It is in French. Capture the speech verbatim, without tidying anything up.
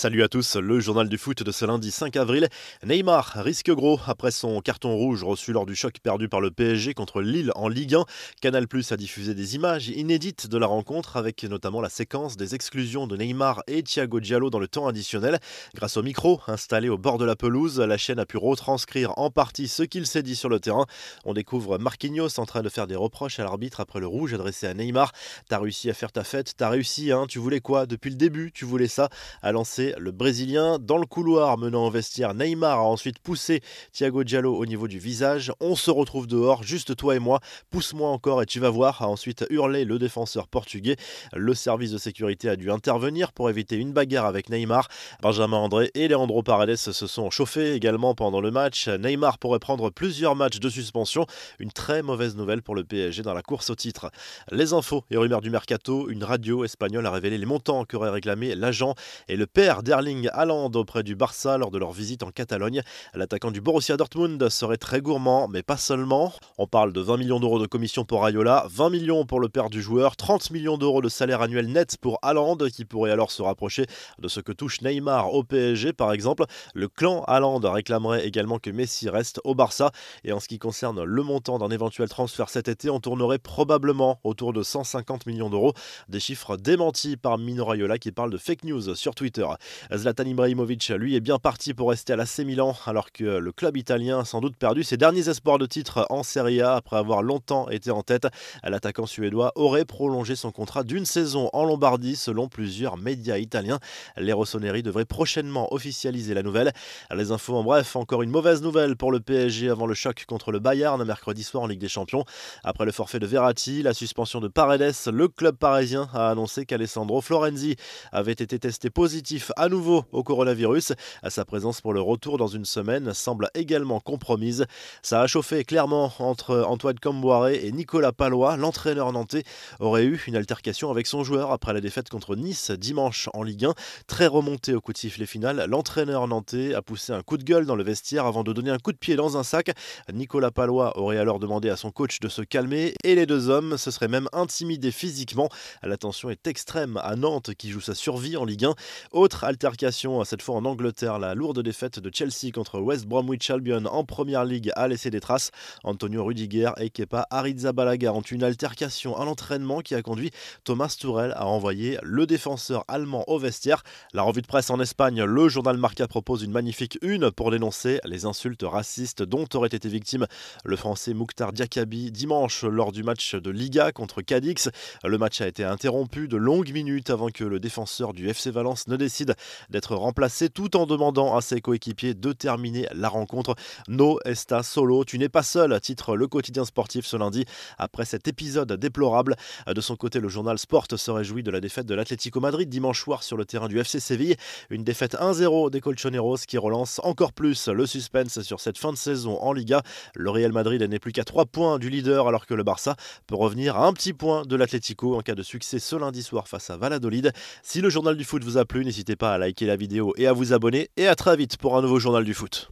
Salut à tous, le journal du foot de ce lundi cinq avril. Neymar risque gros après son carton rouge reçu lors du choc perdu par le P S G contre Lille en Ligue un. Canal+ a diffusé des images inédites de la rencontre avec notamment la séquence des exclusions de Neymar et Thiago Diallo dans le temps additionnel. Grâce au micro installé au bord de la pelouse, la chaîne a pu retranscrire en partie ce qu'il s'est dit sur le terrain. On découvre Marquinhos en train de faire des reproches à l'arbitre après le rouge adressé à Neymar. T'as réussi à faire ta fête, t'as réussi, hein, tu voulais quoi depuis le début, tu voulais ça, a lancé le Brésilien. Dans le couloir menant au vestiaire, Neymar a ensuite poussé Thiago Diallo au niveau du visage. On se retrouve dehors, juste toi et moi, pousse-moi encore et tu vas voir, a ensuite hurlé le défenseur portugais. Le service de sécurité a dû intervenir pour éviter une bagarre avec Neymar. Benjamin André et Leandro Paredes se sont chauffés également pendant le match. Neymar pourrait prendre plusieurs matchs de suspension. Une très mauvaise nouvelle pour le P S G dans la course au titre. Les infos et rumeurs du mercato, une radio espagnole a révélé les montants qu'aurait réclamé l'agent et le père d'Erling Haaland auprès du Barça lors de leur visite en Catalogne. L'attaquant du Borussia Dortmund serait très gourmand, mais pas seulement. On parle de vingt millions d'euros de commission pour Raiola, vingt millions pour le père du joueur, trente millions d'euros de salaire annuel net pour Haaland, qui pourrait alors se rapprocher de ce que touche Neymar au P S G par exemple. Le clan Haaland réclamerait également que Messi reste au Barça. Et en ce qui concerne le montant d'un éventuel transfert cet été, on tournerait probablement autour de cent cinquante millions d'euros. Des chiffres démentis par Mino Raiola qui parle de fake news sur Twitter. Zlatan Ibrahimovic, lui, est bien parti pour rester à l'A C Milan, alors que le club italien a sans doute perdu ses derniers espoirs de titre en Serie A après avoir longtemps été en tête. L'attaquant suédois aurait prolongé son contrat d'une saison en Lombardie, selon plusieurs médias italiens. Les Rossoneri devraient prochainement officialiser la nouvelle. Les infos en bref, encore une mauvaise nouvelle pour le P S G avant le choc contre le Bayern mercredi soir en Ligue des Champions. Après le forfait de Verratti, la suspension de Paredes, le club parisien a annoncé qu'Alessandro Florenzi avait été testé positif à nouveau au coronavirus. Sa présence pour le retour dans une semaine semble également compromise. Ça a chauffé clairement entre Antoine Kombouaré et Nicolas Pallois. L'entraîneur nantais aurait eu une altercation avec son joueur après la défaite contre Nice dimanche en Ligue un. Très remonté au coup de sifflet final, l'entraîneur nantais a poussé un coup de gueule dans le vestiaire avant de donner un coup de pied dans un sac. Nicolas Pallois aurait alors demandé à son coach de se calmer et les deux hommes se seraient même intimidés physiquement. La tension est extrême à Nantes qui joue sa survie en Ligue un. Autre altercation, cette fois en Angleterre, la lourde défaite de Chelsea contre West Bromwich Albion en Première Ligue a laissé des traces. Antonio Rudiger et Kepa Arrizabalaga ont eu une altercation à l'entraînement qui a conduit Thomas Tuchel à envoyer le défenseur allemand au vestiaire. La revue de presse en Espagne, le journal Marca propose une magnifique une pour dénoncer les insultes racistes dont aurait été victime le français Mouktar Diakabi dimanche lors du match de Liga contre Cadix. Le match a été interrompu de longues minutes avant que le défenseur du F C Valence ne décide d'être remplacé tout en demandant à ses coéquipiers de terminer la rencontre. No está solo, tu n'es pas seul, titre le quotidien sportif ce lundi après cet épisode déplorable. De son côté, le journal Sport se réjouit de la défaite de l'Atlético Madrid dimanche soir sur le terrain du F C Séville. Une défaite un zéro des Colchoneros qui relance encore plus le suspense sur cette fin de saison en Liga. Le Real Madrid n'est plus qu'à trois points du leader alors que le Barça peut revenir à un petit point de l'Atlético en cas de succès ce lundi soir face à Valladolid. Si le journal du foot vous a plu, n'hésitez pas à liker la vidéo et à vous abonner. Et à très vite pour un nouveau journal du foot.